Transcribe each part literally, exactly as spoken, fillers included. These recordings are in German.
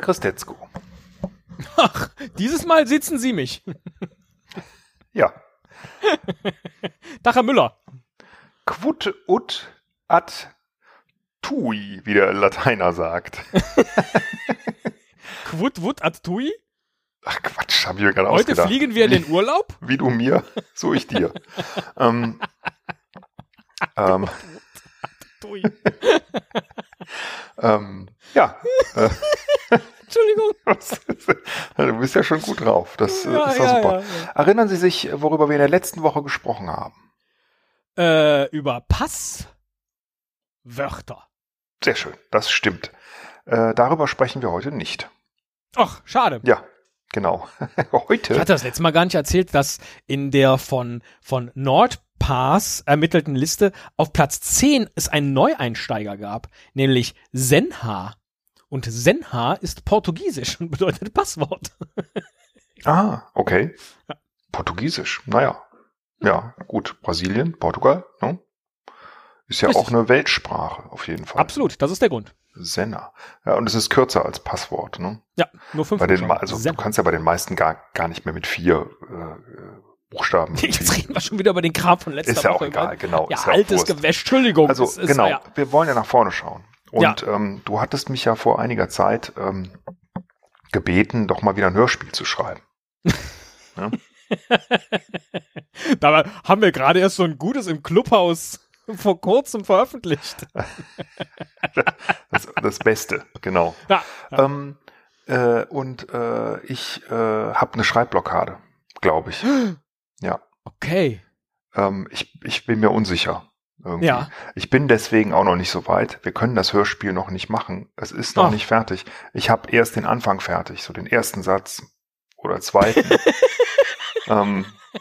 Christetzko. Ach, dieses Mal sitzen Sie mich. Ja. Dach, Herr Müller. Quod ut ad tui, wie der Lateiner sagt. Quod ut ad tui? Ach Quatsch, hab ich mir gerade Heute ausgedacht. fliegen wir in den Urlaub? Wie du mir, so ich dir. ähm, ähm, Tui. ähm, ja. Äh, Entschuldigung. Du bist ja schon gut drauf. Das äh, Ja, ist ja, ja, super. ja, ja. Erinnern Sie sich, worüber wir in der letzten Woche gesprochen haben? Äh, über Passwörter. Sehr schön, das stimmt. Äh, darüber sprechen wir heute nicht. Ach, schade. Ja, genau. Heute. Ich hatte das letzte Mal gar nicht erzählt, dass in der von, von NordPass ermittelten Liste auf Platz zehn es einen Neueinsteiger gab, nämlich Senha. Und Senha ist portugiesisch und bedeutet Passwort. Ah, okay. Ja. Portugiesisch, naja. Ja, gut. Brasilien, Portugal, ne? Ist ja Richtig. auch eine Weltsprache, auf jeden Fall. Absolut, das ist der Grund. Senna. Ja, und es ist kürzer als Passwort, ne? Ja, nur fünf Bei den, Buchstaben. Ma- also Senha. du kannst ja bei den meisten gar, gar nicht mehr mit vier äh, Buchstaben. Jetzt reden wir schon wieder über den Kram von letzter Ist ja Woche. auch egal, genau. Ja, ist ja auch altes Wurst. Gewäsch, Entschuldigung. Also es ist, genau, ja. wir wollen ja nach vorne schauen. Und Ja. ähm, du hattest mich ja vor einiger Zeit ähm, gebeten, doch mal wieder ein Hörspiel zu schreiben. Ja? Dabei haben wir gerade erst so ein gutes im Clubhaus vor kurzem veröffentlicht. Das, das Beste, genau. Ja, ja. Ähm, äh, und äh, ich äh, habe eine Schreibblockade, glaube ich. Ja. Okay. Ähm, ich, ich bin mir unsicher. Irgendwie. Ja. Ich bin deswegen auch noch nicht so weit. Wir können das Hörspiel noch nicht machen. Es ist noch Ach. nicht fertig. Ich habe erst den Anfang fertig, so den ersten Satz oder zweiten. ähm,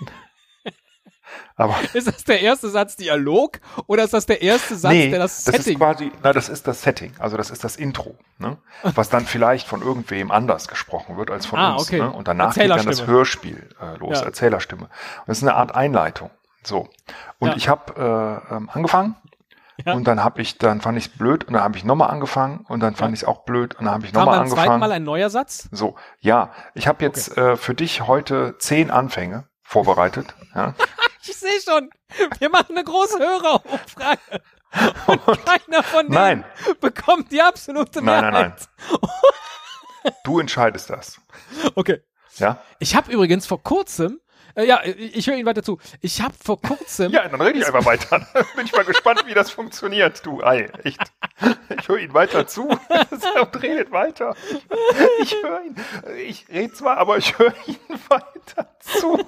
aber Ist das der erste Satz Dialog oder ist das der erste Satz, nee, der das das Setting? ist quasi, na, das ist das Setting, also das ist das Intro, ne? Was dann vielleicht von irgendwem anders gesprochen wird als von Ah, uns. okay. Ne? Und danach geht dann das Erzählerstimme. Hörspiel äh, los, Ja. Erzählerstimme. Und das ist eine Art Einleitung. So. Und Ja. ich habe äh, ähm, angefangen Ja. und dann habe ich, dann fand ich es blöd und dann habe ich nochmal angefangen und dann fand Ja. ich es auch blöd und dann habe ich Kam nochmal beim zweiten angefangen. Mal ein neuer Satz? So, ja, ich habe jetzt äh, für dich heute zehn Anfänge vorbereitet. Ja. Ich sehe schon. Wir machen eine große Hörerumfrage. Und keiner von denen Nein. bekommt die absolute Nein, Mehrheit. nein, nein. Du entscheidest das. Okay. Ja? Ich habe übrigens vor kurzem, äh, ja, ich, ich höre Ihnen weiter zu. Ich habe vor kurzem, Ja, dann rede ich einfach weiter. Bin ich mal gespannt, wie das funktioniert, du Ei. Echt. Ich höre ihn weiter zu. Und redet weiter. Ich höre ihn. Ich rede zwar, aber ich höre ihn weiter zu.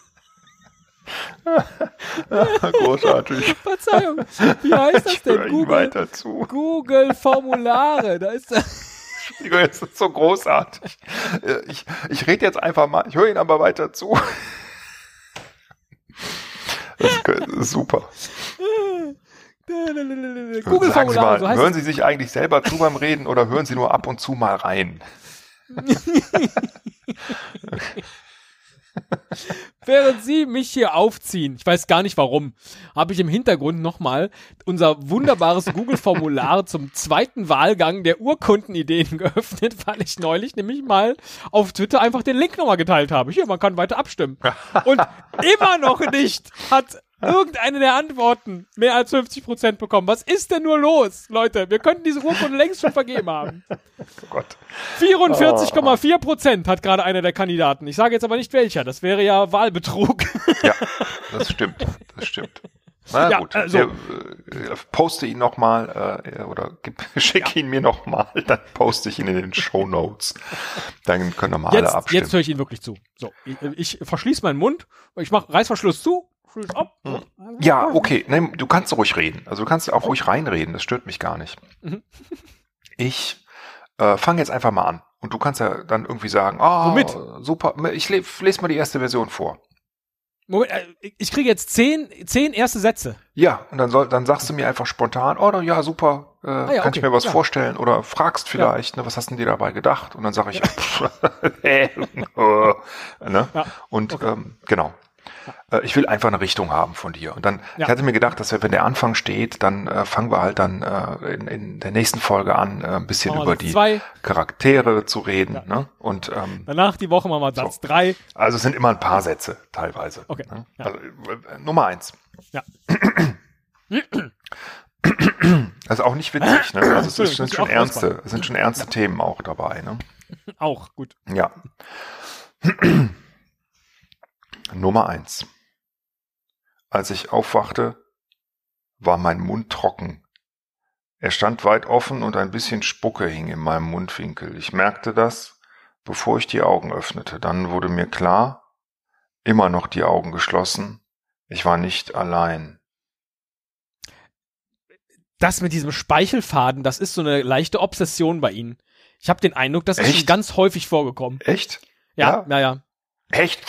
Großartig. Verzeihung, wie heißt das Ich höre denn? ihn Google, weiter zu. Google Formulare, da ist das. Entschuldigung, das ist so großartig. Ich, ich rede jetzt einfach mal. Ich höre ihn aber weiter zu. Das ist, das ist super. Google Sagen Sie Formulare, mal, so heißt hören es. Sie sich eigentlich selber zu beim Reden oder hören Sie nur ab und zu mal rein? Während Sie mich hier aufziehen, ich weiß gar nicht warum, habe ich im Hintergrund nochmal unser wunderbares Google-Formular zum zweiten Wahlgang der Urkundenideen geöffnet, weil ich neulich nämlich mal auf Twitter einfach den Link nochmal geteilt habe. Hier, man kann weiter abstimmen. Und immer noch nicht hat irgendeine der Antworten mehr als fünfzig Prozent bekommen. Was ist denn nur los, Leute? Wir könnten diese Urkunde längst schon vergeben haben. Oh Gott. vierundvierzig Komma vier Prozent hat gerade einer der Kandidaten. Ich sage jetzt aber nicht welcher. Das wäre ja Wahlbetrug. Ja, das stimmt. Das stimmt. Na Ja, gut, also- der, äh, poste ihn nochmal äh, oder gib, schick ihn mir nochmal, dann poste ich ihn in den Shownotes. Dann können wir mal alle Jetzt, abstimmen. jetzt höre ich ihn wirklich zu. So, ich, ich verschließe meinen Mund, ich mache Reißverschluss zu, schließ ab. Ja, okay, nee, du kannst ruhig reden. Also du kannst auch ruhig reinreden, das stört mich gar nicht. Mhm. Ich äh, fange jetzt einfach mal an. Und du kannst ja dann irgendwie sagen, ah, Womit? super, ich le- lese mal die erste Version vor. Moment, äh, ich kriege jetzt zehn, zehn erste Sätze. Ja, und dann soll, dann sagst du mir einfach spontan, oh ja, super, äh, ja, kann okay, ich mir was ja. vorstellen oder fragst vielleicht, ne, was hast du denn dir dabei gedacht? Und dann sage ich, pff, äh, äh, ne? Ja, Und okay. ähm, genau. Äh, ich will einfach eine Richtung haben von dir. Und dann, Ja. ich hatte mir gedacht, dass wir, wenn der Anfang steht, dann äh, fangen wir halt dann äh, in, in der nächsten Folge an, äh, ein bisschen Machen wir über Satz die zwei. Charaktere zu reden. Ja. Ne? Und ähm, Danach die Woche machen wir Satz So. drei. also es sind immer ein paar Sätze teilweise. Okay. Ne? Ja. Also, äh, Nummer eins. Ja. Das ist auch nicht witzig, ne? Also es ist, Entschuldigung, sind muss schon ich auch ernste, es sind schon ernste Themen auch dabei, ne? Auch, gut. Ja. Nummer eins. Als ich aufwachte, war mein Mund trocken. Er stand weit offen und ein bisschen Spucke hing in meinem Mundwinkel. Ich merkte das, bevor ich die Augen öffnete. Dann wurde mir klar, immer noch die Augen geschlossen, ich war nicht allein. Das mit diesem Speichelfaden, das ist so eine leichte Obsession bei Ihnen. Ich habe den Eindruck, das ist Echt? schon ganz häufig vorgekommen. Echt? Ja, ja, ja. Echt?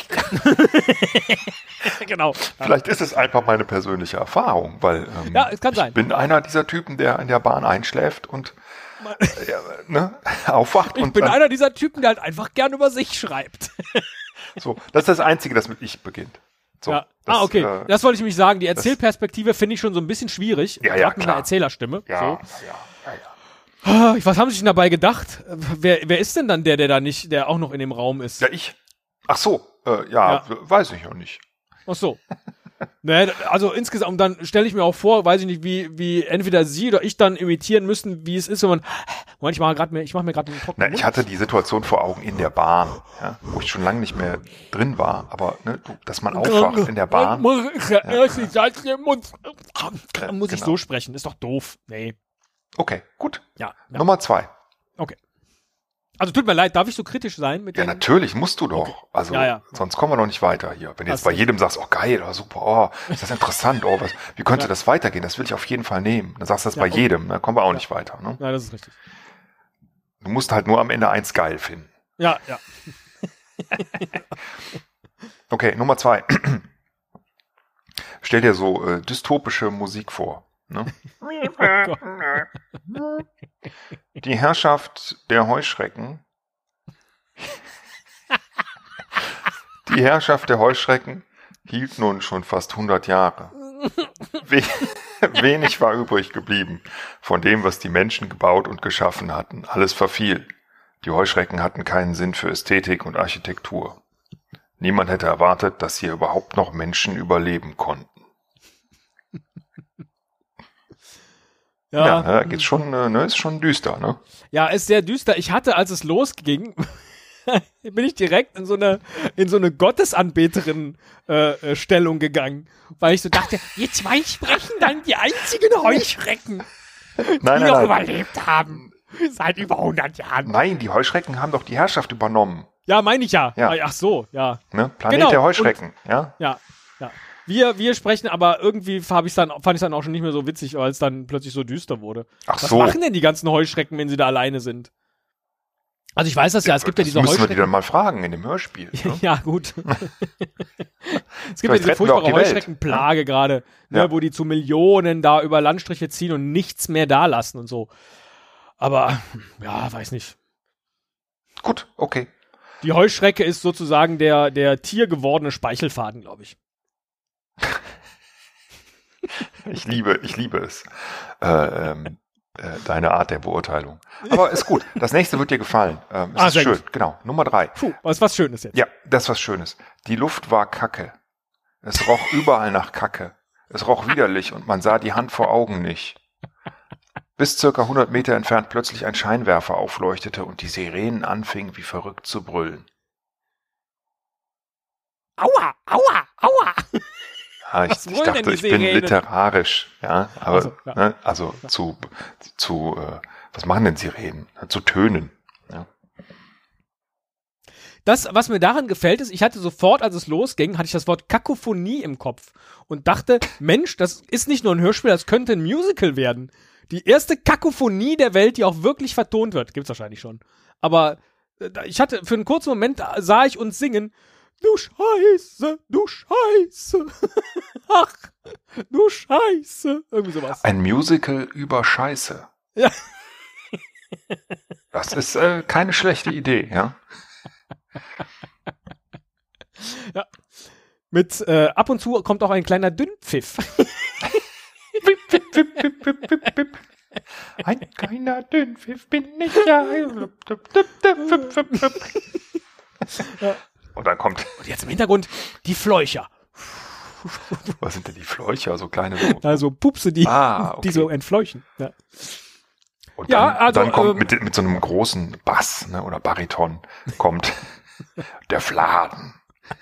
Genau. Vielleicht ist es einfach meine persönliche Erfahrung, weil ähm, Ja, es kann ich sein. bin einer dieser Typen, der in der Bahn einschläft und äh, ja, ne, aufwacht. Ich und bin dann, einer dieser Typen, der halt einfach gern über sich schreibt. so, das ist das Einzige, das mit ich beginnt. So, ja. das, Ah, okay. Äh, das wollte ich mich sagen. Die Erzählperspektive finde ich schon so ein bisschen schwierig. Ja, ja, Gerade mit klar. einer Erzählerstimme. ja, So. ja, ja, ja. Ah, Was haben Sie sich denn dabei gedacht? Wer, wer ist denn dann der, der da nicht, der auch noch in dem Raum ist? Ja, ich. Ach so, äh, ja, Ja. weiß ich noch nicht. Ach so. Ne, also insgesamt, dann stelle ich mir auch vor, weiß ich nicht, wie, wie entweder Sie oder ich dann imitieren müssen, wie es ist, wenn man, Moment, ich mache gerade mir, ich mache mir gerade einen trockenen Na, ich Mund. hatte die Situation vor Augen in der Bahn, ja, wo ich schon lange nicht mehr drin war, aber ne, du- dass man aufwacht in der Bahn. Mach ich ja erst die Salz im Mund. Dann muss ich genau. so sprechen, ist doch doof. Nee. Okay, gut. Ja, ja. Nummer zwei. Okay. Also tut mir leid, darf ich so kritisch sein mit Ja, dem? natürlich, musst du doch. Okay. Also, Ja, ja. sonst kommen wir doch nicht weiter hier. Wenn du Hast jetzt bei recht. jedem sagst, oh geil, oh super, oh, ist das interessant, oh, was, wie könnte Ja. das weitergehen? Das will ich auf jeden Fall nehmen. Dann sagst du das Ja, bei okay. jedem, dann kommen wir auch nicht weiter. Ne? Nein, das ist richtig. Du musst halt nur am Ende eins geil finden. Ja, ja. Okay, Nummer zwei. Stell dir so äh, dystopische Musik vor. Ne? Die Herrschaft der Heuschrecken. Die Herrschaft der Heuschrecken hielt nun schon fast hundert Jahre. We wenig war übrig geblieben von dem, was die Menschen gebaut und geschaffen hatten. Alles verfiel. Die Heuschrecken hatten keinen Sinn für Ästhetik und Architektur. Niemand hätte erwartet, dass hier überhaupt noch Menschen überleben konnten. Ja, Ja, ne, da geht's schon, äh, ne, ist schon düster, ne? ja, ist sehr düster. Ich hatte, als es losging, bin ich direkt in so eine, in so eine Gottesanbeterin äh, äh, Stellung gegangen, weil ich so dachte, wir zwei sprechen dann die einzigen Heuschrecken, Nein, die nein, noch nein. überlebt haben. Seit über hundert Jahren. Nein, die Heuschrecken haben doch die Herrschaft übernommen. Ja, meine ich ja. Ja. Ach so, ja. Ne? Planet Genau, der Heuschrecken, ja? Ja, ja. Wir, wir sprechen, aber irgendwie hab ich's dann, fand ich dann auch schon nicht mehr so witzig, weil es dann plötzlich so düster wurde. Ach Was so. machen denn die ganzen Heuschrecken, wenn sie da alleine sind? Also ich weiß das ja, es gibt ja das diese müssen wir die Heuschrecken. dann mal fragen in dem Hörspiel. Ne? Ja, gut. es gibt ja Vielleicht diese retten wir auch furchtbare die Welt. Heuschreckenplage gerade, ne, Ja. wo die zu Millionen da über Landstriche ziehen und nichts mehr da lassen und so. Aber, ja, weiß nicht. Gut, okay. Die Heuschrecke ist sozusagen der, der tiergewordene Speichelfaden, glaube ich. Ich liebe, ich liebe es. Äh, ähm, äh, deine Art der Beurteilung. Aber ist gut. Das nächste wird dir gefallen. Ähm, es Ah, ist sehr schön. gut. Genau. Nummer drei. Puh, was was Schönes jetzt. Ja, das ist was Schönes. Die Luft war Kacke. Es roch überall nach Kacke. Es roch widerlich und man sah die Hand vor Augen nicht. Bis circa hundert Meter entfernt plötzlich ein Scheinwerfer aufleuchtete und die Sirenen anfingen wie verrückt zu brüllen. Aua, aua, aua. Ja, ich, Was ich wollen denn dachte, die ich bin Sirenen? literarisch, ja, aber Also, ja. Ne, also zu zu äh, was machen denn Sirenen? Zu Tönen. Ja. Das, was mir daran gefällt, ist, ich hatte sofort, als es losging, hatte ich das Wort Kakophonie im Kopf und dachte, Mensch, das ist nicht nur ein Hörspiel, das könnte ein Musical werden. Die erste Kakophonie der Welt, die auch wirklich vertont wird. Gibt's wahrscheinlich schon. Aber äh, ich hatte, für einen kurzen Moment äh, sah ich uns singen, du Scheiße, du Scheiße, ach, du Scheiße, irgendwie sowas. Ein Musical über Scheiße. Ja. Das ist äh, keine schlechte Idee, ja. Mit, äh, ab und zu kommt auch ein kleiner Dünnpfiff. Wip, wip, wip, wip, wip, wip, wip. Ein kleiner Dünnpfiff bin ich ja. Ja. Und dann kommt... Und jetzt im Hintergrund die Fleucher. Was sind denn die Fleucher? So kleine... So, Also Pupse, die, ah, okay. die so entfleuchen. Ja. Und Ja, dann, also, dann kommt ähm, mit, mit so einem großen Bass, ne, oder Bariton kommt der Fladen.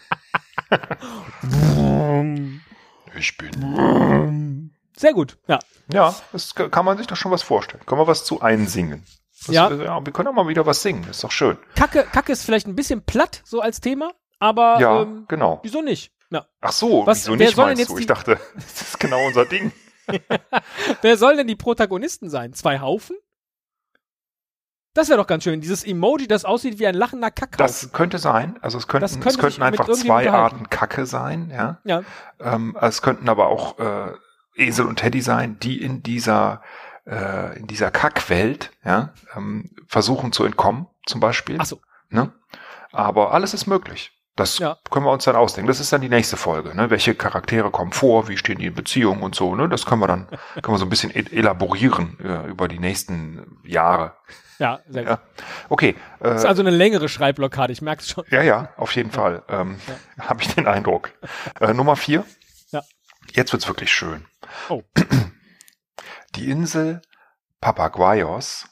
Ich bin... Sehr gut, ja. Ja, das kann man sich doch schon was vorstellen. Können wir was zu einsingen? Das, Ja. ja. Wir können auch mal wieder was singen, das ist doch schön. Kacke, Kacke ist vielleicht ein bisschen platt, so als Thema, aber Ja, ähm, genau. wieso nicht? Ja. Ach so, Was- wieso wer nicht, soll denn meinst jetzt du? die- Ich dachte, das ist genau unser Ding. Wer soll denn die Protagonisten sein? Zwei Haufen? Das wäre doch ganz schön. Dieses Emoji, das aussieht wie ein lachender Kackhaufen. Das könnte sein. Also es könnten, Das könnte es könnten sich einfach mit irgendjemandem zwei unterhalten. Arten Kacke sein, ja. Ja. Ähm, es könnten aber auch äh, Esel und Teddy sein, die in dieser äh, in dieser Kackwelt, ja, ähm, versuchen zu entkommen, zum Beispiel. Ach so. Ne? Aber alles ist möglich. Das Ja. können wir uns dann ausdenken. Das ist dann die nächste Folge. Ne? Welche Charaktere kommen vor? Wie stehen die in Beziehung und so? Ne? Das können wir dann können wir so ein bisschen e- elaborieren äh, über die nächsten Jahre. Ja, sehr gut. Ja. Okay. Äh, Das ist also eine längere Schreibblockade, ich merke es schon. ja, ja, auf jeden Fall. Ähm, Habe ich den Eindruck. Äh, Nummer vier. Ja. Jetzt wird's wirklich schön. Oh. Die Insel Papaguayos.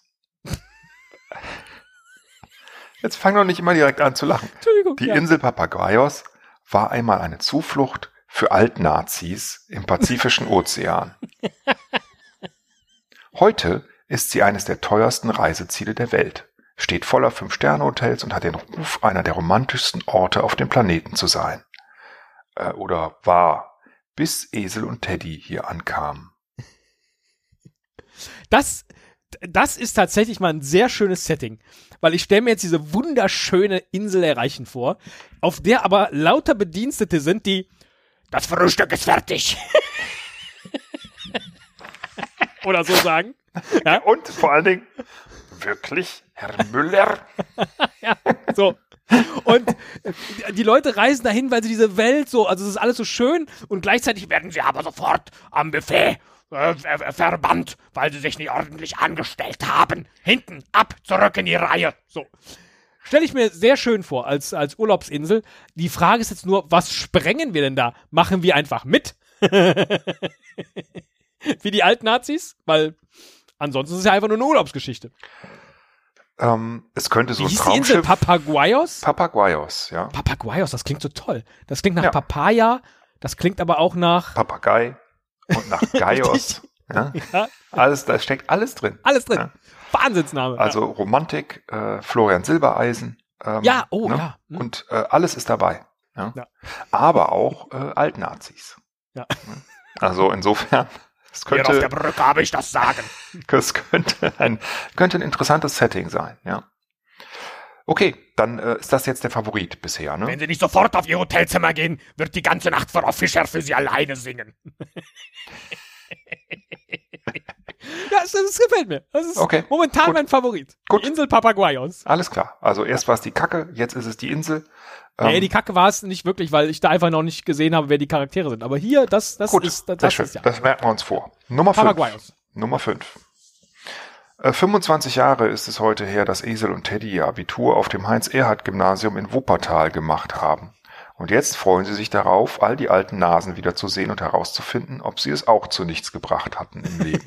Jetzt fang doch nicht immer direkt an zu lachen. Entschuldigung. Die ja. Insel Papaguayos war einmal eine Zuflucht für Altnazis im Pazifischen Ozean. Heute ist sie eines der teuersten Reiseziele der Welt, steht voller Fünf-Sterne-Hotels und hat den Ruf, einer der romantischsten Orte auf dem Planeten zu sein. Äh, oder war, bis Esel und Teddy hier ankamen. Das, das ist tatsächlich mal ein sehr schönes Setting, weil ich stelle mir jetzt diese wunderschöne Insel erreichen vor, auf der aber lauter Bedienstete sind, die das Frühstück ist fertig. Oder so sagen. Ja? Und vor allen Dingen, wirklich, Herr Müller? Ja, so. Und die Leute reisen dahin, weil sie diese Welt so, also es ist alles so schön und gleichzeitig werden sie aber sofort am Buffet äh, ver- verbannt, weil sie sich nicht ordentlich angestellt haben. Hinten, ab, zurück in die Reihe. So. Stelle ich mir sehr schön vor als, als Urlaubsinsel. Die Frage ist jetzt nur, was sprengen wir denn da? Machen wir einfach mit? Wie die alten Nazis? Weil ansonsten ist es ja einfach nur eine Urlaubsgeschichte. Ähm, es könnte so Wie ein hieß die Insel? Traumschiff... Papaguayos? Papaguayos, ja. Papaguayos, das klingt so toll. Das klingt nach Ja. Papaya, das klingt aber auch nach Papagei und nach Gaios. Ja. ja, Alles, da steckt alles drin. alles drin. Ja. Wahnsinnsname. Also Romantik, äh, Florian Silbereisen. Ähm, Ja, oh, ja. Hm. Und äh, alles ist dabei. Ja. Ja. Aber auch äh, Altnazis. Ja. Also insofern, es Hier auf der könnte, Brücke habe ich das Sagen. es könnte ein, könnte ein interessantes Setting sein. Ja. Okay, dann äh, ist das jetzt der Favorit bisher. Ne? Wenn Sie nicht sofort auf Ihr Hotelzimmer gehen, wird die ganze Nacht Frau Fischer für Sie alleine singen. Ja, das, das gefällt mir. Das ist Okay, momentan gut. mein Favorit. Gut. Die Insel Papaguayos. Alles klar. Also erst war es die Kacke, jetzt ist es die Insel. Ähm, Nee, die Kacke war es nicht wirklich, weil ich da einfach noch nicht gesehen habe, wer die Charaktere sind. Aber hier, das, das Gut, ist das, sehr das schön. ist ja. Das merken wir uns vor. Nummer fünf. Papaguayos. Nummer fünf. Äh, fünfundzwanzig Jahre ist es heute her, dass Esel und Teddy ihr Abitur auf dem Heinz-Erhardt-Gymnasium in Wuppertal gemacht haben. Und jetzt freuen sie sich darauf, all die alten Nasen wiederzusehen und herauszufinden, ob sie es auch zu nichts gebracht hatten im Leben.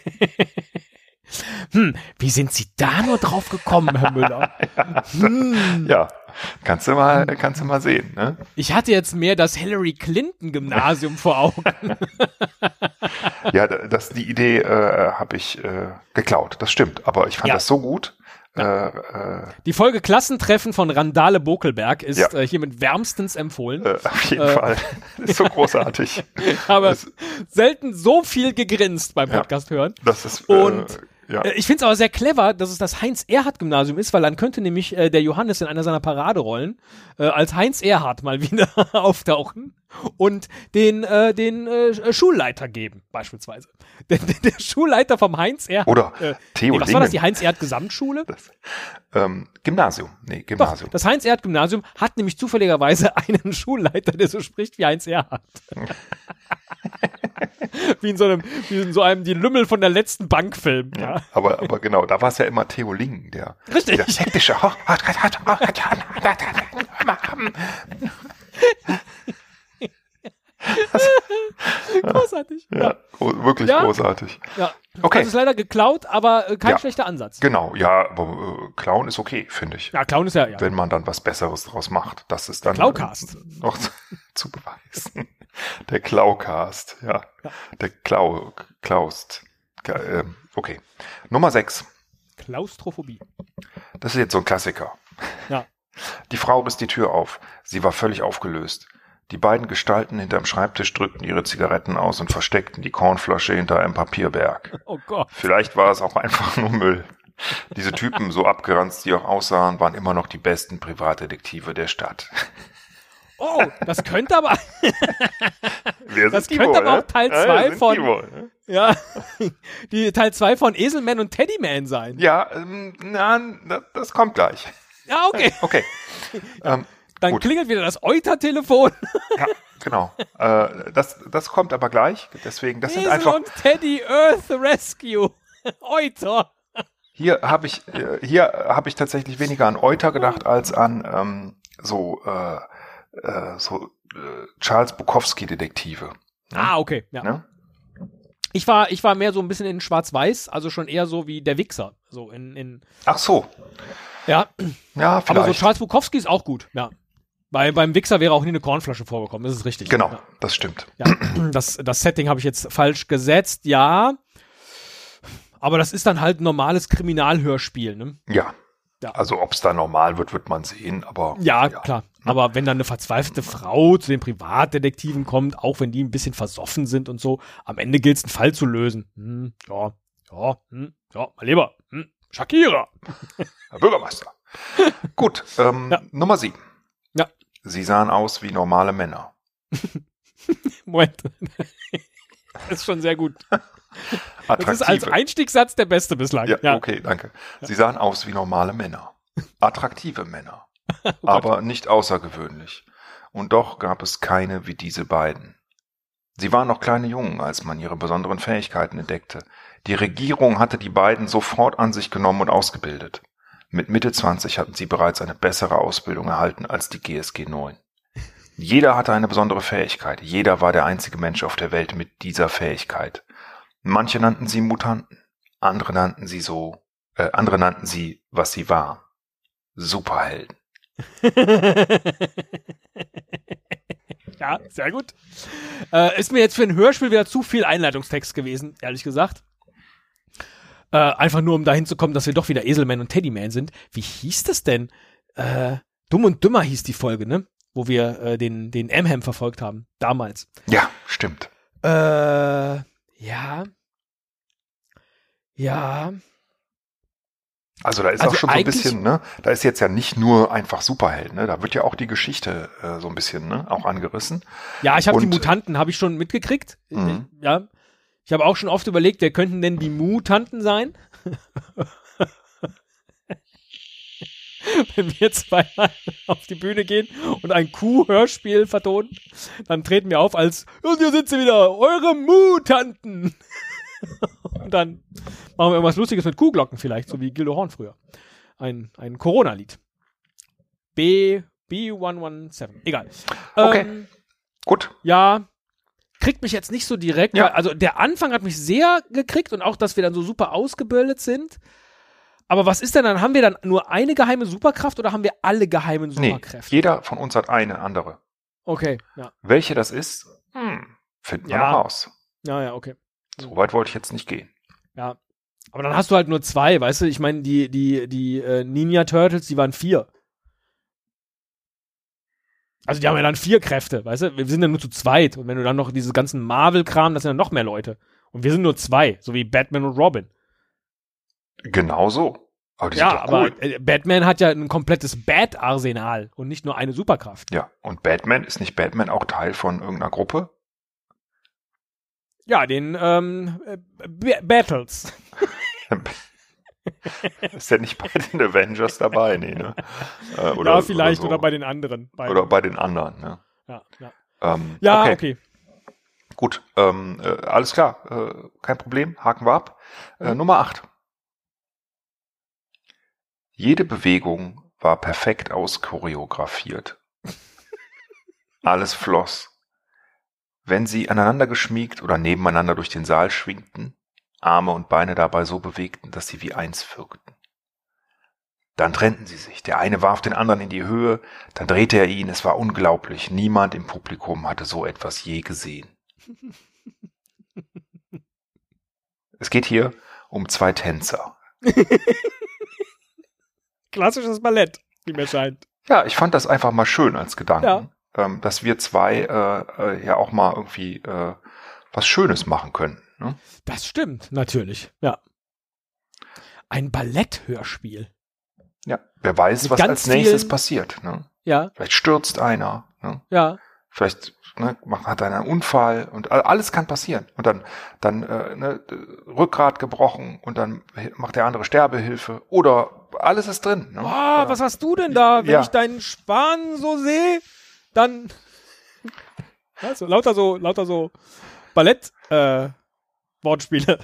Hm, wie sind Sie da nur drauf gekommen, Herr Müller? Hm. Ja, kannst du mal, kannst du mal sehen, ne? Ich hatte jetzt mehr das Hillary Clinton Gymnasium vor Augen. Ja, das, die Idee äh, habe ich äh, geklaut, das stimmt. Aber ich fand Ja. das so gut. Äh, äh, Die Folge Klassentreffen von Randale Bokelberg ist Ja. äh, hiermit wärmstens empfohlen. äh, auf jeden Äh. Fall. Das ist so großartig. Aber das- selten so viel gegrinst beim Ja. Podcast hören. Das ist, äh, Und Ja. Äh, Ich finde es aber sehr clever, dass es das Heinz-Erhardt-Gymnasium ist, weil dann könnte nämlich äh, der Johannes in einer seiner Paraderollen äh, als Heinz Erhardt mal wieder auftauchen und den, äh, den äh, Schulleiter geben, beispielsweise. Der, der, der Schulleiter vom Heinz Erhardt. Oder äh, Theo nee, was war das, Lingen. die Heinz-Erhardt-Gesamtschule? Das, ähm, Gymnasium. Nee, Doch, Gymnasium. das Heinz-Erhardt-Gymnasium hat nämlich zufälligerweise einen Schulleiter, der so spricht wie Heinz Erhardt. wie in so einem, wie in so einem die Lümmel von der letzten Bank-Film. Ja. Ja, aber, aber genau, da war es ja immer Theo Lingen, der, Richtig. der hektische. Großartig. Ja, gro- wirklich Ja. großartig. Ja. Okay. Das ist leider geklaut, aber äh, kein Ja. schlechter Ansatz. Genau, ja, aber äh, Clown ist okay, finde ich. Ja, Clown ist ja, ja. Wenn man dann was Besseres draus macht. Das ist dann Klaucast. äh, noch zu, zu beweisen. Der Klaucast, ja. Ja. Der Klau, Klaust. Ge- äh, Okay. Nummer sechs. Klaustrophobie. Das ist jetzt so ein Klassiker. Ja. Die Frau riss die Tür auf. Sie war völlig aufgelöst. Die beiden Gestalten hinterm Schreibtisch drückten ihre Zigaretten aus und versteckten die Kornflasche hinter einem Papierberg. Oh Gott. Vielleicht war es auch einfach nur Müll. Diese Typen, so abgeranzt die auch aussahen, waren immer noch die besten Privatdetektive der Stadt. Oh, das könnte aber, Wer Das sind die könnte wohl, aber ne? auch Teil Ja, zwei sind von- die wohl, ne? ja, die Teil zwei von Eselman und Teddyman sein. Ja, ähm, na, das, das kommt gleich. Ja, okay. Okay. ähm, Dann gut. klingelt wieder das Euter-Telefon. Ja, genau. Äh, das, das kommt aber gleich. Deswegen, das sind Esel einfach. und Teddy Earth Rescue. Euter. Hier habe ich, äh, hier habe ich tatsächlich weniger an Euter gedacht als an ähm, so äh, äh, so äh, Charles Bukowski-Detektive. Ah, okay. Ja. Ne? Ich war, ich war mehr so ein bisschen in Schwarz-Weiß, also schon eher so wie der Wichser. So in, in Ach so. ja. Ja, Aber so vielleicht. Charles Bukowski ist auch gut, ja. Weil beim Wichser wäre auch nie eine Kornflasche vorgekommen, das ist richtig. Genau, Ja. das stimmt. Ja, das, das Setting habe ich jetzt falsch gesetzt, ja. Aber das ist dann halt ein normales Kriminalhörspiel, ne? Ja. Ja. Also ob es da normal wird, wird man sehen, aber Ja, klar. Aber wenn dann eine verzweifelte Frau zu den Privatdetektiven kommt, auch wenn die ein bisschen versoffen sind und so, am Ende gilt es, einen Fall zu lösen. Hm, ja, ja, hm, ja, mein Lieber, hm, Shakira. Herr Bürgermeister. Gut, ähm, Ja. Nummer sieben. Ja. Sie sahen aus wie normale Männer. Moment. Das ist schon sehr gut. Das Attraktive. ist als Einstiegssatz der beste bislang. Ja, Ja. okay, danke. Sie sahen aus wie normale Männer. Attraktive Männer. Oh aber nicht außergewöhnlich. Und doch gab es keine wie diese beiden. Sie waren noch kleine Jungen, als man ihre besonderen Fähigkeiten entdeckte. Die Regierung hatte die beiden sofort an sich genommen und ausgebildet. Mit Mitte zwanzig hatten sie bereits eine bessere Ausbildung erhalten als die G S G neun. Jeder hatte eine besondere Fähigkeit. Jeder war der einzige Mensch auf der Welt mit dieser Fähigkeit. Manche nannten sie Mutanten, andere nannten sie so, äh, andere nannten sie, was sie waren. Superhelden. Ja, sehr gut. Äh, ist mir jetzt für ein Hörspiel wieder zu viel Einleitungstext gewesen, ehrlich gesagt. Äh, einfach nur, um dahin zu kommen, dass wir doch wieder Eselman und Teddyman sind. Wie hieß das denn? Äh, Dumm und Dümmer hieß die Folge, ne? Wo wir äh, den, den Amham verfolgt haben. Damals. Ja, stimmt. Äh, ja. Ja. Also da ist Also auch schon so ein eigentlich- bisschen, ne? Da ist jetzt ja nicht nur einfach Superheld, ne? Da wird ja auch die Geschichte äh, so ein bisschen, ne? Auch angerissen. Ja, ich habe die Und- Mutanten, habe ich schon mitgekriegt. Mhm. Ja. Ich habe auch schon oft überlegt, wer könnten denn die Mutanten sein? Wenn wir zweimal auf die Bühne gehen und ein Kuh-Hörspiel vertonen, dann treten wir auf als, und hier sind sie wieder, eure Mutanten. Und dann machen wir irgendwas Lustiges mit Kuhglocken vielleicht, so wie Gildo Horn früher. Ein, ein Corona-Lied. B, B hundertsiebzehn. Egal. Okay. Ähm, Gut. ja, kriegt mich jetzt nicht so direkt, Ja. weil, also der Anfang hat mich sehr gekriegt und auch, dass wir dann so super ausgebildet sind. Aber was ist denn dann? Haben wir dann nur eine geheime Superkraft oder haben wir alle geheimen Nee, Superkräfte? jeder von uns hat eine andere. Okay, ja. Welche das ist, hm, finden wir Ja. noch raus. Ja, ja, okay. So weit wollte ich jetzt nicht gehen. Ja. Aber dann hast du halt nur zwei, weißt du? Ich meine, die, die, die äh, Ninja Turtles, die waren vier. Also die haben ja dann vier Kräfte, weißt du? Wir sind ja nur zu zweit. Und wenn du dann noch dieses ganzen Marvel-Kram, das sind ja noch mehr Leute. Und wir sind nur zwei, so wie Batman und Robin. Genau so. Aber die Ja, sind doch aber cool. äh, Batman hat ja ein komplettes Bat-Arsenal und nicht nur eine Superkraft. Ja, und Batman, ist nicht Batman auch Teil von irgendeiner Gruppe? Ja, den ähm, äh, B- Battles. Ist der nicht bei den Avengers dabei? Nee, ne? Äh, oder, ja, vielleicht oder, oder, so. bei den anderen. Bei, Oder bei den anderen, ne? ja, ja. Ähm, ja okay. okay. Gut, ähm, äh, alles klar, äh, kein Problem, haken wir ab. Äh, Mhm. Nummer acht. Jede Bewegung war perfekt auschoreografiert. Alles floss. Wenn sie aneinander geschmiegt oder nebeneinander durch den Saal schwingten, Arme und Beine dabei so bewegten, dass sie wie eins wirkten. Dann trennten sie sich. Der eine warf den anderen in die Höhe, dann drehte er ihn. Es war unglaublich. Niemand im Publikum hatte so etwas je gesehen. Es geht hier um zwei Tänzer. Klassisches Ballett, wie mir scheint. Ja, ich fand das einfach mal schön als Gedanken, Ja. ähm, dass wir zwei äh, äh, ja auch mal irgendwie äh, was Schönes machen können. Ne? Das stimmt, natürlich, ja. Ein Balletthörspiel. Ja, wer weiß, Mit was ganz als nächstes vielen- passiert. Ne? Ja, Vielleicht stürzt einer, ne? ja. Vielleicht ne, macht, hat einer einen Unfall und all- alles kann passieren. Und dann, dann äh, ne, Rückgrat gebrochen und dann macht der andere Sterbehilfe oder alles ist drin. Ne? Boah, Oder- was hast du denn da? Wenn Ja. ich deinen Span so sehe, dann also, lauter so, lauter so Ballett äh, Wortspiele.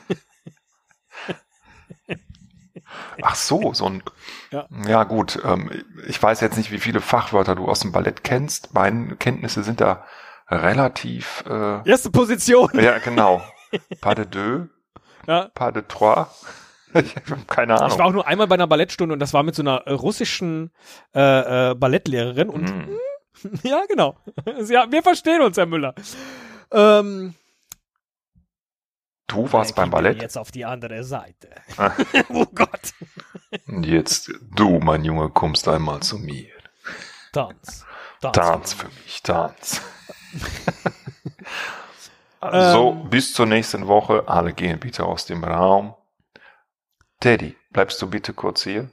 Ach so, so ein. Ja. Ja, gut. Ähm, ich weiß jetzt nicht, wie viele Fachwörter du aus dem Ballett kennst. Meine Kenntnisse sind da relativ. Äh, Erste Position. ja, genau. Pas de deux, Ja. pas de trois. Ich habe keine Ich war Ahnung. auch nur einmal bei einer Ballettstunde und das war mit so einer äh, russischen äh, äh, Ballettlehrerin und Hm. ja, genau. Ja, wir verstehen uns, Herr Müller. Ähm, Du warst äh, beim gehen wir Ballett. jetzt auf die andere Seite. Ah. Oh Gott. Und jetzt, du, mein Junge, kommst einmal zu mir. Tanz. Tanz. Tanz für mich, Tanz. So, Ähm. bis zur nächsten Woche. Alle gehen bitte aus dem Raum. Teddy, bleibst du bitte kurz hier?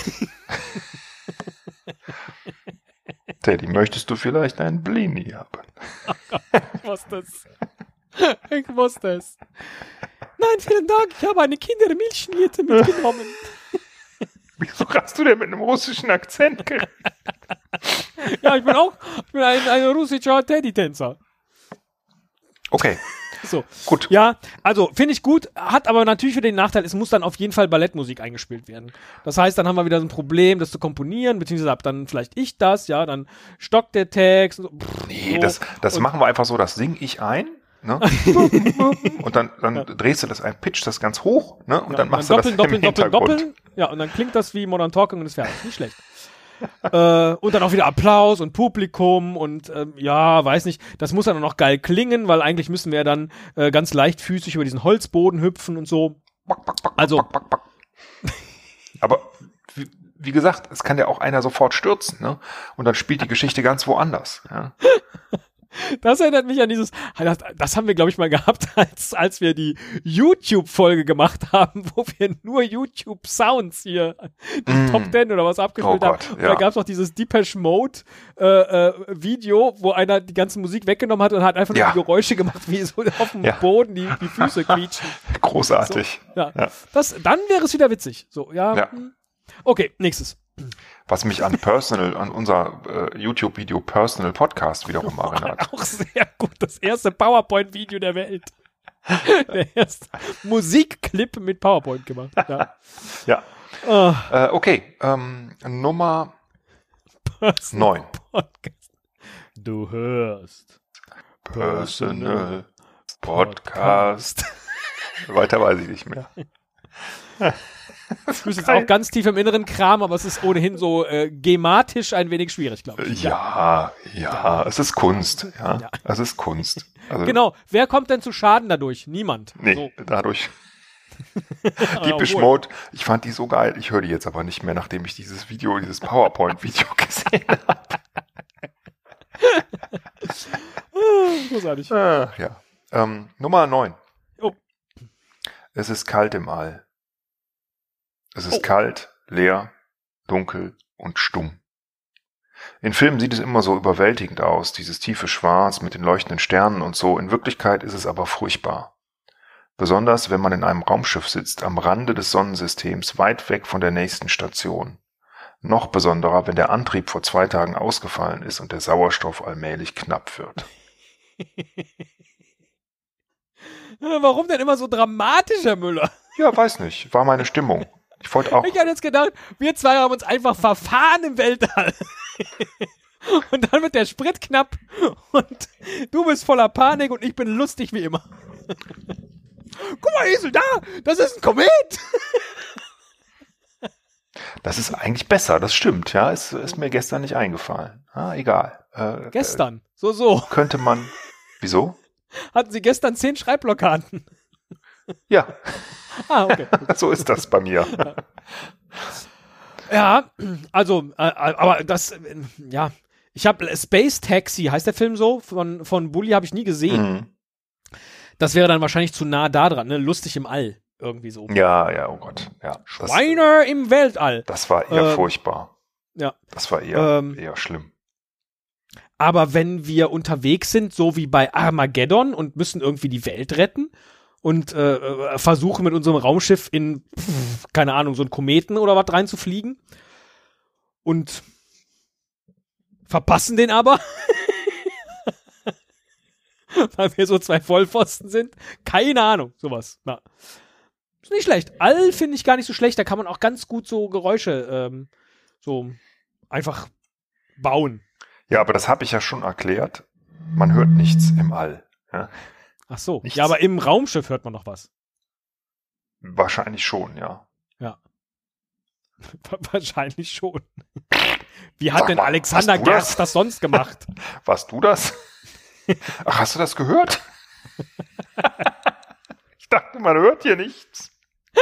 Teddy, möchtest du vielleicht einen Blini haben? Ich wusste es. Ich wusste es. Nein, vielen Dank. Ich habe eine Kindermilchschnitte mitgenommen. Wieso hast du denn mit einem russischen Akzent geredet? Ja, ich bin auch ich bin ein, ein russischer Teddy-Tänzer. Okay, So. gut. Ja, also finde ich gut, hat aber natürlich wieder den Nachteil, es muss dann auf jeden Fall Ballettmusik eingespielt werden. Das heißt, dann haben wir wieder so ein Problem, das zu komponieren, beziehungsweise ab dann vielleicht ich das, ja, dann stockt der Text. Und so. Pff, Nee, so. das, das Und- machen wir einfach so, das sing ich ein. Ne? Und dann, dann drehst du das ein, pitch das ganz hoch, ne? Und Ja, dann machst doppeln, du das doppeln, im doppeln, Hintergrund. doppeln. Ja, und dann klingt das wie Modern Talking und ist fertig. Nicht schlecht. äh, und dann auch wieder Applaus und Publikum und ähm, ja, weiß nicht, das muss dann auch noch geil klingen, weil eigentlich müssen wir dann äh, ganz leichtfüßig über diesen Holzboden hüpfen und so. Back, back, back, Also- back, back, back. Aber wie, wie gesagt, es kann ja auch einer sofort stürzen, ne? Und dann spielt die Geschichte ganz woanders. Ja? Das erinnert mich an dieses, das, das haben wir, glaube ich, mal gehabt, als, als wir die YouTube-Folge gemacht haben, wo wir nur YouTube-Sounds hier, die Mm. Top Ten oder was abgespielt Oh haben. Gott, Und ja. da gab es auch dieses Depeche Mode äh, äh, Video, wo einer die ganze Musik weggenommen hat und hat einfach nur Ja. die Geräusche gemacht, wie so auf dem Ja. Boden die, die Füße quietschen. Großartig. Ja. Ja. Das, dann wäre es wieder witzig. So, ja. Ja. hm. Okay, nächstes. Was mich an Personal, an unser äh, YouTube-Video Personal Podcast wiederum erinnert. Auch sehr gut. Das erste PowerPoint-Video der Welt. Der erste Musikclip mit PowerPoint gemacht. Ja. Ja. Oh, Äh, okay, ähm, Nummer neun. Podcast. Du hörst. Personal Podcast. Weiter weiß ich nicht mehr. Ich muss jetzt auch ganz tief im inneren Kram, aber es ist ohnehin so äh, gematisch ein wenig schwierig, glaube ich. Ja, ja, es ist Kunst. Ja, Ja. es ist Kunst. Also, Genau. Wer kommt denn zu Schaden dadurch? Niemand. Nee, So. dadurch. Ah, Deepish obwohl. Mode, ich fand die so geil. Ich höre die jetzt aber nicht mehr, nachdem ich dieses Video, dieses PowerPoint-Video gesehen habe. Großartig. Ach, ja. Ähm, Nummer neun. Oh. Es ist kalt im All. Es ist Oh. kalt, leer, dunkel und stumm. In Filmen sieht es immer so überwältigend aus, dieses tiefe Schwarz mit den leuchtenden Sternen und so. In Wirklichkeit ist es aber furchtbar. Besonders, wenn man in einem Raumschiff sitzt, am Rande des Sonnensystems, weit weg von der nächsten Station. Noch besonderer, wenn der Antrieb vor zwei Tagen ausgefallen ist und der Sauerstoff allmählich knapp wird. Warum denn immer so dramatisch, Herr Müller? Ja, weiß nicht, war meine Stimmung. Ich wollte auch... Ich hatte jetzt gedacht, wir zwei haben uns einfach verfahren im Weltall. Und dann wird der Sprit knapp und du bist voller Panik und ich bin lustig wie immer. Guck mal, Esel, da, das ist ein Komet. Das ist eigentlich besser, das stimmt, ja. Ist, ist mir gestern nicht eingefallen. Ah, egal. Äh, Gestern, so, so. Äh, könnte man... Wieso? Hatten Sie gestern zehn Schreibblockaden? Ja, Ah, okay. so ist das bei mir. Ja, also, äh, aber das, äh, ja, ich habe Space Taxi, heißt der Film so, von, von Bully habe ich nie gesehen. Mhm. Das wäre dann wahrscheinlich zu nah da dran, ne? Lustig im All, irgendwie so. Ja, ja, oh Gott. Ja, das, Schweine im Weltall. das war eher Ähm, furchtbar. Ja. Das war eher, Ähm, eher schlimm. Aber wenn wir unterwegs sind, so wie bei Armageddon und müssen irgendwie die Welt retten und äh, versuchen mit unserem Raumschiff in, pff, keine Ahnung, so einen Kometen oder was reinzufliegen und verpassen den aber, weil wir so zwei Vollpfosten sind. Keine Ahnung, sowas. Na. Ist nicht schlecht. All finde ich gar nicht so schlecht. Da kann man auch ganz gut so Geräusche ähm, so einfach bauen. Ja, aber das habe ich ja schon erklärt. Man hört nichts im All. Ja? Ach so. Nichts. Ja, aber im Raumschiff hört man noch was. Wahrscheinlich schon, ja. Ja. Wahrscheinlich schon. Wie hat Sag denn mal, Alexander hast du das? Gerst das sonst gemacht? Warst du das? Ach, hast du das gehört? Ich dachte, man hört hier nichts.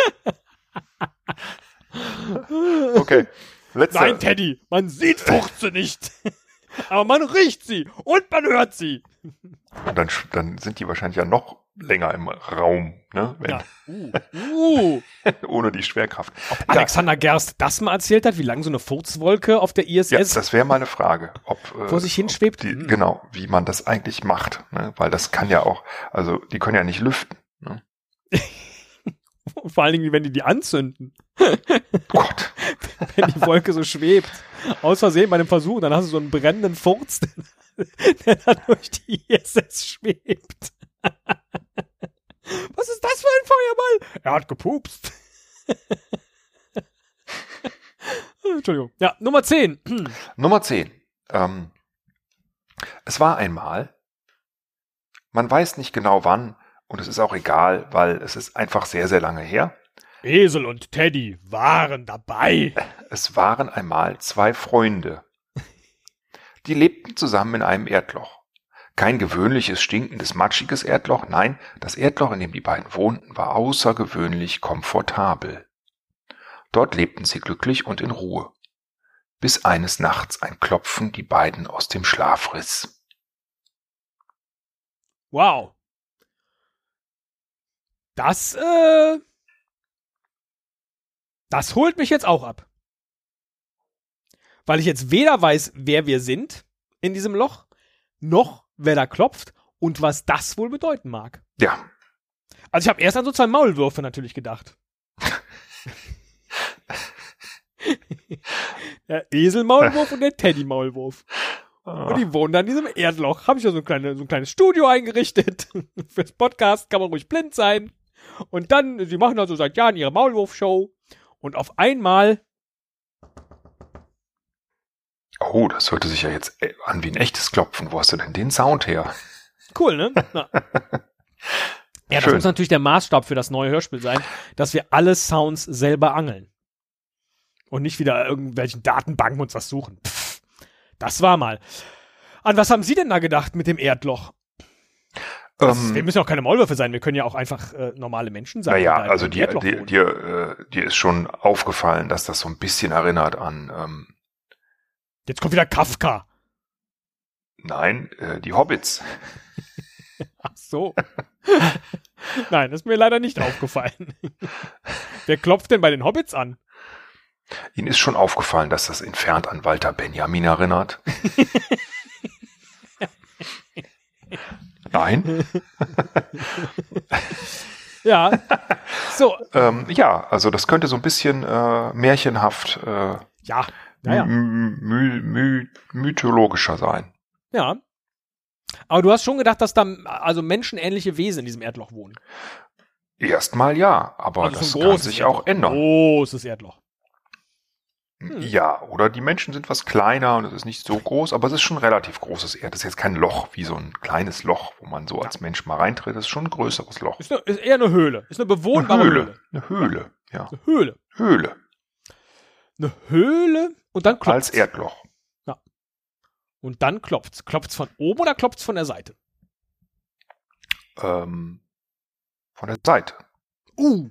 Okay. Letzter. Nein, Teddy, man sieht Furze nicht. Aber man riecht sie und man hört sie. Und dann, dann sind die wahrscheinlich ja noch länger im Raum, ne? Wenn, Ja. Uh, uh. ohne die Schwerkraft. Ob Alexander Gerst das mal erzählt hat, wie lange so eine Furzwolke auf der I S Ja, S das wäre mal eine Frage, ob äh, vor sich hinschwebt. ob die, Hm. genau, wie man das eigentlich macht, ne? Weil das kann ja auch, also die können ja nicht lüften. Ne? Vor allen Dingen, wenn die die anzünden. Gott, Wenn die Wolke so schwebt. Aus Versehen bei einem Versuch, dann hast du so einen brennenden Furz, der dann durch die I S S schwebt. Was ist das für ein Feuerball? Er hat gepupst. Entschuldigung. Ja, Nummer zehn. Nummer zehn. Ähm, es war einmal, man weiß nicht genau wann und es ist auch egal, weil es ist einfach sehr, sehr lange her. Esel und Teddy waren dabei. Es waren einmal zwei Freunde. Die lebten zusammen in einem Erdloch. Kein gewöhnliches, stinkendes, matschiges Erdloch, nein, das Erdloch, in dem die beiden wohnten, war außergewöhnlich komfortabel. Dort lebten sie glücklich und in Ruhe, bis eines Nachts ein Klopfen die beiden aus dem Schlaf riss. Wow. Das, äh, das holt mich jetzt auch ab. Weil ich jetzt weder weiß, wer wir sind in diesem Loch, noch wer da klopft und was das wohl bedeuten mag. Ja, Also ich habe erst an so zwei Maulwürfe natürlich gedacht. Der Eselmaulwurf und der Teddy-Maulwurf. Und die wohnen da in diesem Erdloch. Habe ich ja so ein, kleine, so ein kleines Studio eingerichtet. Fürs Podcast kann man ruhig blind sein. Und dann, sie machen also seit Jahren ihre Maulwurf-Show. Und auf einmal, oh, das hörte sich ja jetzt an wie ein echtes Klopfen. Wo hast du denn den Sound her? cool, ne? Na. Ja, das Schön. muss natürlich der Maßstab für das neue Hörspiel sein, dass wir alle Sounds selber angeln. Und nicht wieder irgendwelchen Datenbanken uns das suchen. Pff, das war mal. An was haben Sie denn da gedacht mit dem Erdloch? Das, Ähm, wir müssen auch keine Maulwürfe sein, wir können ja auch einfach äh, normale Menschen sein. naja, die da also im dir, Erdloch dir, wohnen. dir, äh, dir ist schon aufgefallen, dass das so ein bisschen erinnert an, ähm, Jetzt kommt wieder Kafka. nein, äh, die Hobbits. Ach so. Nein, das ist mir leider nicht aufgefallen. Wer klopft denn bei den Hobbits an? Ihnen ist schon aufgefallen, dass das entfernt an Walter Benjamin erinnert. Nein? Ja. So. ähm, ja, also das könnte so ein bisschen äh, märchenhaft, äh, Ja. Naja. my- my- mythologischer sein. Ja. Aber du hast schon gedacht, dass da also menschenähnliche Wesen in diesem Erdloch wohnen. Erstmal ja, aber Also das so ein kann großes sich Erdloch. auch ändern. Großes Erdloch. Hm. Ja, oder die Menschen sind was kleiner und es ist nicht so groß, aber es ist schon ein relativ großes Erd. Das ist jetzt kein Loch, wie so ein kleines Loch, wo man so als Mensch mal reintritt. Das ist schon ein größeres Loch. Ist, eine, ist eher eine Höhle. Ist eine bewohnbare Eine Höhle. Höhle. Eine Höhle, ja. Eine Höhle. Höhle. Eine Höhle und dann klopft Als Erdloch. Und dann klopft's. Klopft's von oben oder klopft's von der Seite? Ähm, von der Seite. Uh.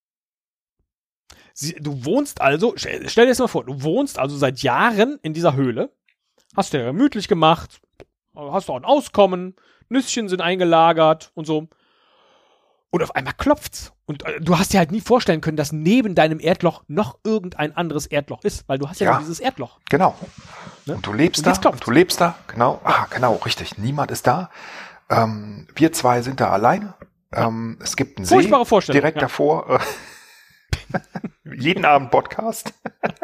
Sie, du wohnst also, stell, stell dir das mal vor, du wohnst also seit Jahren in dieser Höhle, hast dir gemütlich gemacht, hast auch ein Auskommen, Nüsschen sind eingelagert und so. Und auf einmal klopft's. Und äh, du hast dir halt nie vorstellen können, dass neben deinem Erdloch noch irgendein anderes Erdloch ist, weil du hast ja, Ja. nur dieses Erdloch. Genau. Ne? Und du lebst Und da. jetzt klopft's. Und du lebst da. Genau. Ah, genau, richtig. Niemand ist da. Ähm, wir zwei sind da alleine. Ähm, es gibt einen See Furchtbare Vorstellung. direkt ja. davor. Äh, jeden Abend Podcast.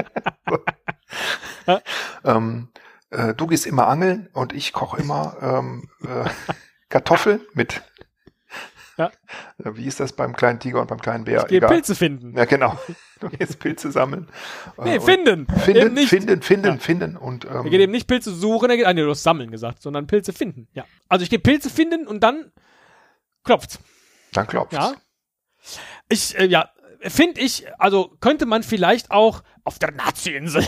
Ja. ähm, äh, du gehst immer angeln und ich koche immer ähm, äh, Kartoffeln mit. Ja. Äh, Wie ist das beim kleinen Tiger und beim kleinen Bär? Ich gehe Egal. Pilze finden. Ja, genau. Du gehst Pilze sammeln. Nee, Äh, finden. und Eben Finden, nicht. finden, finden, Ja. finden. Und, ähm, Er geht eben nicht Pilze suchen, er geht, ah, nee, du hast sammeln gesagt, sondern Pilze finden. Ja. Also ich gehe Pilze finden und dann klopft's. dann klopft's. Ja. Ich, äh, ja, finde ich, also könnte man vielleicht auch auf der Nazi-Insel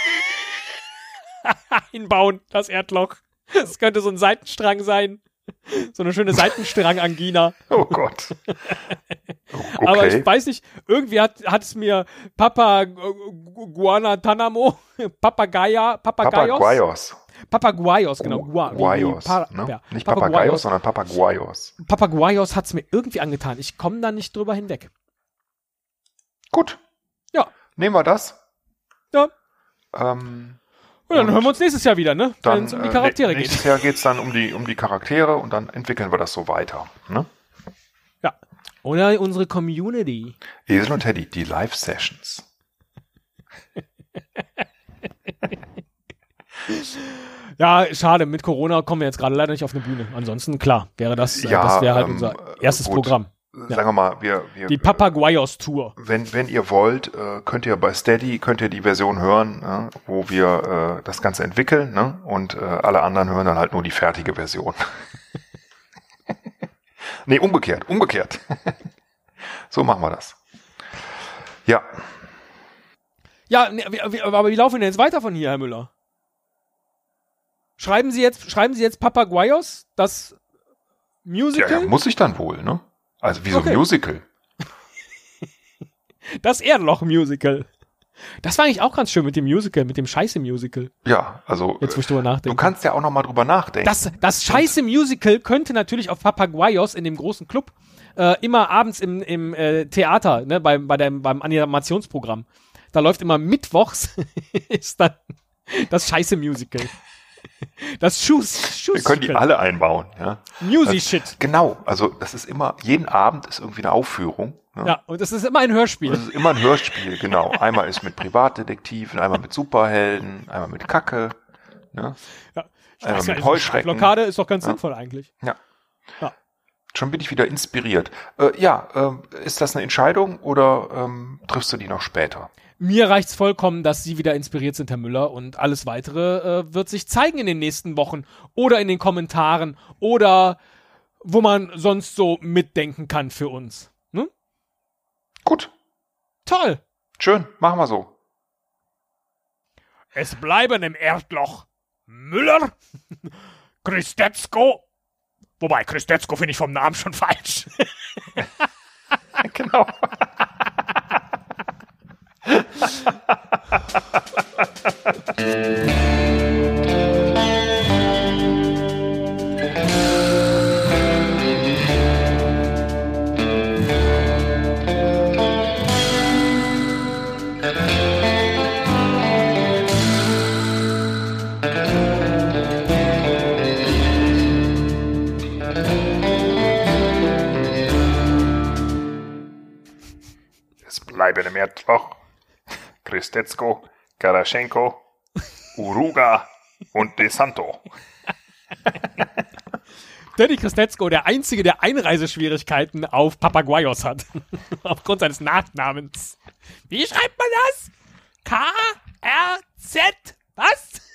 einbauen, das Erdloch. Das könnte so ein Seitenstrang sein. So eine schöne Seitenstrang-Angina. Oh Gott. Okay. Aber ich weiß nicht, irgendwie hat, hat es mir Papa äh, Gu- Guanatanamo, Papagaya, Papagayos? Papaguayos. Papaguayos, genau. Gua- wie- Guayos. Pa- Ne? ja, Nicht Papaguayos. Papagayos, sondern Papaguayos. Papaguayos hat es mir irgendwie angetan. Ich komme da nicht drüber hinweg. Gut. Ja. Nehmen wir das. Ja. Ähm, Und dann Und hören wir uns nächstes Jahr wieder, ne? dann, Wenn es um die äh, Charaktere nä- geht. Nächstes Jahr geht's dann um die, um die Charaktere und dann entwickeln wir das so weiter. Ne? Ja. Oder unsere Community. Esel und Teddy, die Live-Sessions. Ja, schade, mit Corona kommen wir jetzt gerade leider nicht auf eine Bühne. Ansonsten, klar, wäre das, äh, Ja, das wäre halt ähm, unser erstes gut. Programm. Sagen wir mal, wir, wir Die Papaguayos-Tour. Wenn, wenn ihr wollt, äh, könnt ihr bei Steady, könnt ihr die Version hören, ne, wo wir äh, das Ganze entwickeln, ne, und äh, alle anderen hören dann halt nur die fertige Version. Nee, umgekehrt, umgekehrt. So machen wir das. Ja, Ja, ne, wie, wie, aber wie laufen wir denn jetzt weiter von hier, Herr Müller? Schreiben Sie jetzt, schreiben Sie jetzt Papaguayos, das ja, Musical? ja, muss ich dann wohl, ne? Also wie so Okay. ein Musical. Das Erdloch-Musical. Das war eigentlich auch ganz schön mit dem Musical, mit dem Scheiße-Musical. Ja, also Jetzt, wo ich drüber du nachdenke. kannst ja auch noch mal drüber nachdenken. Das, das Scheiße-Musical könnte natürlich auf Papaguayos in dem großen Club äh, immer abends im, im äh, Theater, ne, beim, bei dem, beim Animationsprogramm. Da läuft immer mittwochs ist dann das Scheiße-Musical. Das Schuss, wir können die Schuss alle einbauen, ja. Music-Shit. Genau, also das ist immer, jeden Abend ist irgendwie eine Aufführung. Ne? Ja, und das ist immer ein Hörspiel. Das ist immer ein Hörspiel, genau. Einmal ist mit Privatdetektiven, einmal mit Superhelden, einmal mit Kacke. Ne? Ja. Ich Einmal weiß mit ja, Heuschrecken. Blockade ist doch ganz Ja. sinnvoll eigentlich. Ja. Ja. Schon bin ich wieder inspiriert. Äh, ja, ähm, ist das eine Entscheidung oder ähm, triffst du die noch später? Mir reicht's vollkommen, dass Sie wieder inspiriert sind, Herr Müller, und alles weitere äh, wird sich zeigen in den nächsten Wochen oder in den Kommentaren oder wo man sonst so mitdenken kann für uns. Ne? Gut, Toll! schön, machen wir so. Es bleiben im Erdloch Müller, Christetzko, wobei Christetzko finde ich vom Namen schon falsch. Genau. Es bleiben im Erdloch Christetsko, Karaschenko, Uruga und De Santo. Danny Christetsko, der Einzige, der Einreiseschwierigkeiten auf Papaguayos hat. Aufgrund seines Nachnamens. Wie schreibt man das? K R Z? Was?